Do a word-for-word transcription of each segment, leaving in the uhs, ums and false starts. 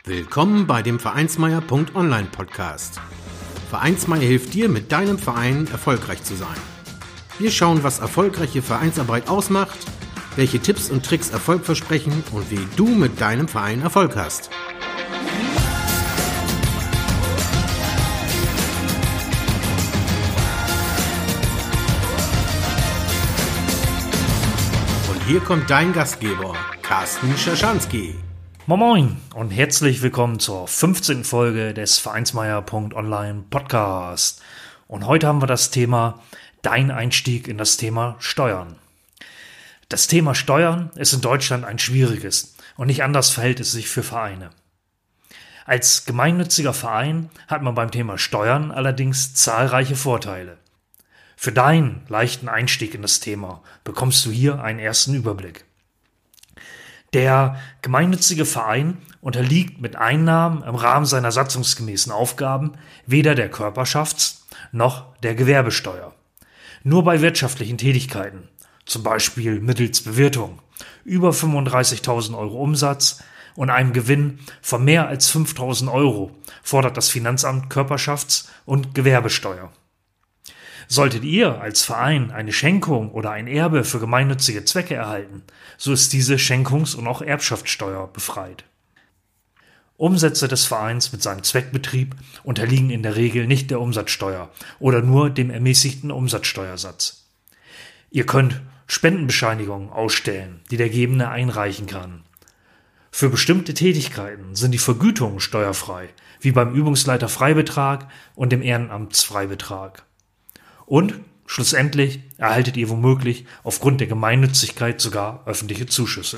Willkommen bei dem Vereinsmeier Punkt online Podcast. Vereinsmeier hilft dir, mit deinem Verein erfolgreich zu sein. Wir schauen, was erfolgreiche Vereinsarbeit ausmacht, welche Tipps und Tricks Erfolg versprechen und wie du mit deinem Verein Erfolg hast. Und hier kommt dein Gastgeber, Carsten Schaschanski. Moin Moin und herzlich willkommen zur fünfzehnten Folge des Vereinsmeier Punkt online Podcast. Und heute haben wir das Thema Dein Einstieg in das Thema Steuern. Das Thema Steuern ist in Deutschland ein schwieriges und nicht anders verhält es sich für Vereine. Als gemeinnütziger Verein hat man beim Thema Steuern allerdings zahlreiche Vorteile. Für deinen leichten Einstieg in das Thema bekommst du hier einen ersten Überblick. Der gemeinnützige Verein unterliegt mit Einnahmen im Rahmen seiner satzungsgemäßen Aufgaben weder der Körperschafts- noch der Gewerbesteuer. Nur bei wirtschaftlichen Tätigkeiten, zum Beispiel mittels Bewirtung, über fünfunddreißigtausend Euro Umsatz und einem Gewinn von mehr als fünftausend Euro fordert das Finanzamt Körperschafts- und Gewerbesteuer. Solltet ihr als Verein eine Schenkung oder ein Erbe für gemeinnützige Zwecke erhalten, so ist diese Schenkungs- und auch Erbschaftssteuer befreit. Umsätze des Vereins mit seinem Zweckbetrieb unterliegen in der Regel nicht der Umsatzsteuer oder nur dem ermäßigten Umsatzsteuersatz. Ihr könnt Spendenbescheinigungen ausstellen, die der Gebende einreichen kann. Für bestimmte Tätigkeiten sind die Vergütungen steuerfrei, wie beim Übungsleiterfreibetrag und dem Ehrenamtsfreibetrag. Und schlussendlich erhaltet ihr womöglich aufgrund der Gemeinnützigkeit sogar öffentliche Zuschüsse.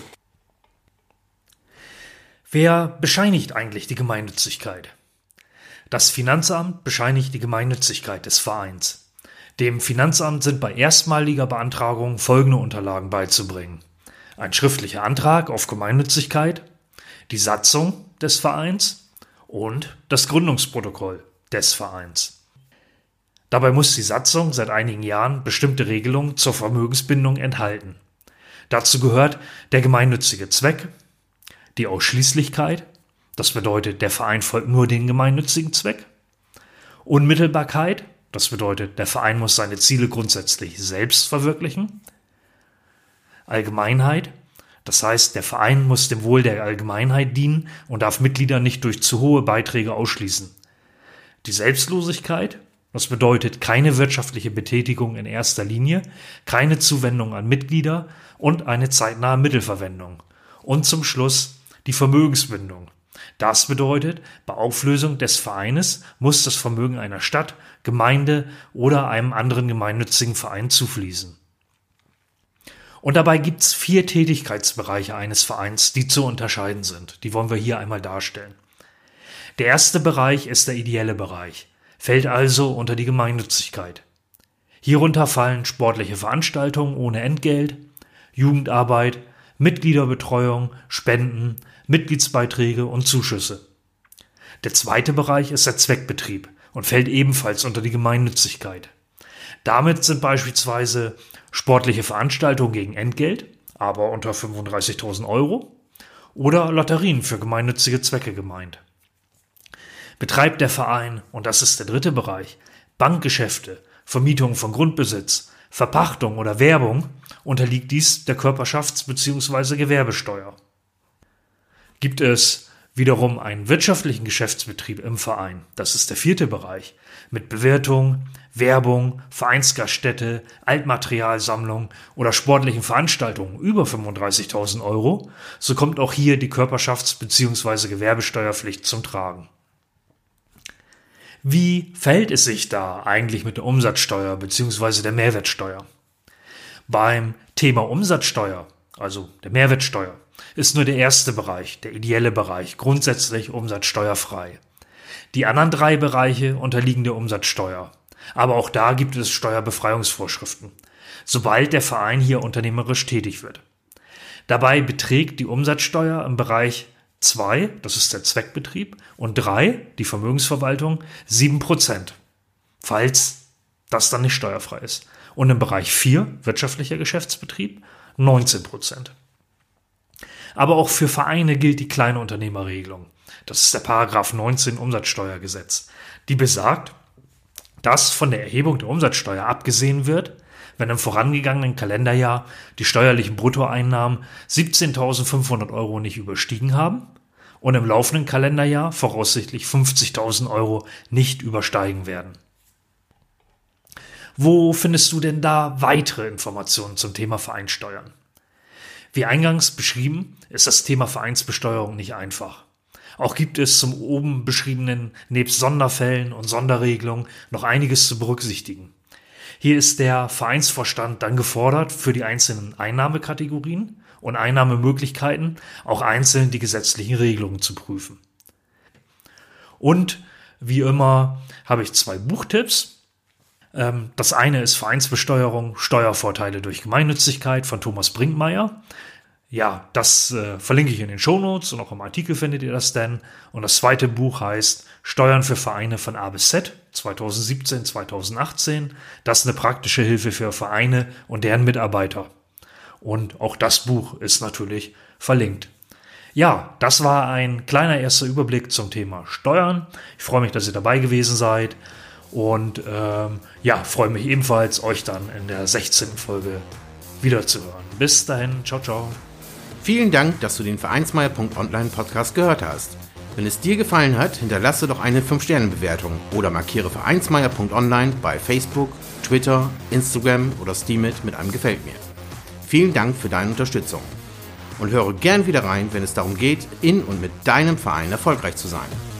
Wer bescheinigt eigentlich die Gemeinnützigkeit? Das Finanzamt bescheinigt die Gemeinnützigkeit des Vereins. Dem Finanzamt sind bei erstmaliger Beantragung folgende Unterlagen beizubringen: ein schriftlicher Antrag auf Gemeinnützigkeit, die Satzung des Vereins und das Gründungsprotokoll des Vereins. Dabei muss die Satzung seit einigen Jahren bestimmte Regelungen zur Vermögensbindung enthalten. Dazu gehört der gemeinnützige Zweck, die Ausschließlichkeit, das bedeutet, der Verein folgt nur den gemeinnützigen Zweck, Unmittelbarkeit, das bedeutet, der Verein muss seine Ziele grundsätzlich selbst verwirklichen, Allgemeinheit, das heißt, der Verein muss dem Wohl der Allgemeinheit dienen und darf Mitglieder nicht durch zu hohe Beiträge ausschließen. Die Selbstlosigkeit, das bedeutet keine wirtschaftliche Betätigung in erster Linie, keine Zuwendung an Mitglieder und eine zeitnahe Mittelverwendung. Und zum Schluss die Vermögensbindung. Das bedeutet, bei Auflösung des Vereines muss das Vermögen einer Stadt, Gemeinde oder einem anderen gemeinnützigen Verein zufließen. Und dabei gibt es vier Tätigkeitsbereiche eines Vereins, die zu unterscheiden sind. Die wollen wir hier einmal darstellen. Der erste Bereich ist der ideelle Bereich, fällt also unter die Gemeinnützigkeit. Hierunter fallen sportliche Veranstaltungen ohne Entgelt, Jugendarbeit, Mitgliederbetreuung, Spenden, Mitgliedsbeiträge und Zuschüsse. Der zweite Bereich ist der Zweckbetrieb und fällt ebenfalls unter die Gemeinnützigkeit. Damit sind beispielsweise sportliche Veranstaltungen gegen Entgelt, aber unter fünfunddreißigtausend Euro, oder Lotterien für gemeinnützige Zwecke gemeint. Betreibt der Verein, und das ist der dritte Bereich, Bankgeschäfte, Vermietung von Grundbesitz, Verpachtung oder Werbung, unterliegt dies der Körperschafts- bzw. Gewerbesteuer. Gibt es wiederum einen wirtschaftlichen Geschäftsbetrieb im Verein, das ist der vierte Bereich, mit Bewirtung, Werbung, Vereinsgaststätte, Altmaterialsammlung oder sportlichen Veranstaltungen über fünfunddreißigtausend Euro, so kommt auch hier die Körperschafts- bzw. Gewerbesteuerpflicht zum Tragen. Wie verhält es sich da eigentlich mit der Umsatzsteuer bzw. der Mehrwertsteuer? Beim Thema Umsatzsteuer, also der Mehrwertsteuer, ist nur der erste Bereich, der ideelle Bereich, grundsätzlich umsatzsteuerfrei. Die anderen drei Bereiche unterliegen der Umsatzsteuer. Aber auch da gibt es Steuerbefreiungsvorschriften, sobald der Verein hier unternehmerisch tätig wird. Dabei beträgt die Umsatzsteuer im Bereich zwei, das ist der Zweckbetrieb, und drei, die Vermögensverwaltung, sieben Prozent, falls das dann nicht steuerfrei ist. Und im Bereich vier, wirtschaftlicher Geschäftsbetrieb, neunzehn Prozent. Aber auch für Vereine gilt die Kleinunternehmerregelung. Das ist der Paragraph neunzehn Umsatzsteuergesetz. Die besagt, dass von der Erhebung der Umsatzsteuer abgesehen wird, wenn im vorangegangenen Kalenderjahr die steuerlichen Bruttoeinnahmen siebzehntausendfünfhundert Euro nicht überstiegen haben und im laufenden Kalenderjahr voraussichtlich fünfzigtausend Euro nicht übersteigen werden. Wo findest du denn da weitere Informationen zum Thema Vereinssteuern? Wie eingangs beschrieben, ist das Thema Vereinsbesteuerung nicht einfach. Auch gibt es zum oben beschriebenen nebst Sonderfällen und Sonderregelungen noch einiges zu berücksichtigen. Hier ist der Vereinsvorstand dann gefordert, für die einzelnen Einnahmekategorien und Einnahmemöglichkeiten auch einzeln die gesetzlichen Regelungen zu prüfen. Und wie immer habe ich zwei Buchtipps. Das eine ist Vereinsbesteuerung, Steuervorteile durch Gemeinnützigkeit von Thomas Brinkmeier. Ja, das äh, verlinke ich in den Shownotes und auch im Artikel findet ihr das dann. Und das zweite Buch heißt Steuern für Vereine von A bis Z zweitausendsiebzehn bis zweitausendachtzehn. Das ist eine praktische Hilfe für Vereine und deren Mitarbeiter. Und auch das Buch ist natürlich verlinkt. Ja, das war ein kleiner erster Überblick zum Thema Steuern. Ich freue mich, dass ihr dabei gewesen seid. Und ähm, ja, freue mich ebenfalls, euch dann in der sechzehnten Folge wiederzuhören. Bis dahin, ciao, ciao. Vielen Dank, dass du den Vereinsmeier Punkt online Podcast gehört hast. Wenn es dir gefallen hat, hinterlasse doch eine fünf Sterne Bewertung oder markiere Vereinsmeier Punkt online bei Facebook, Twitter, Instagram oder Steemit mit einem Gefällt mir. Vielen Dank für deine Unterstützung. Und höre gern wieder rein, wenn es darum geht, in und mit deinem Verein erfolgreich zu sein.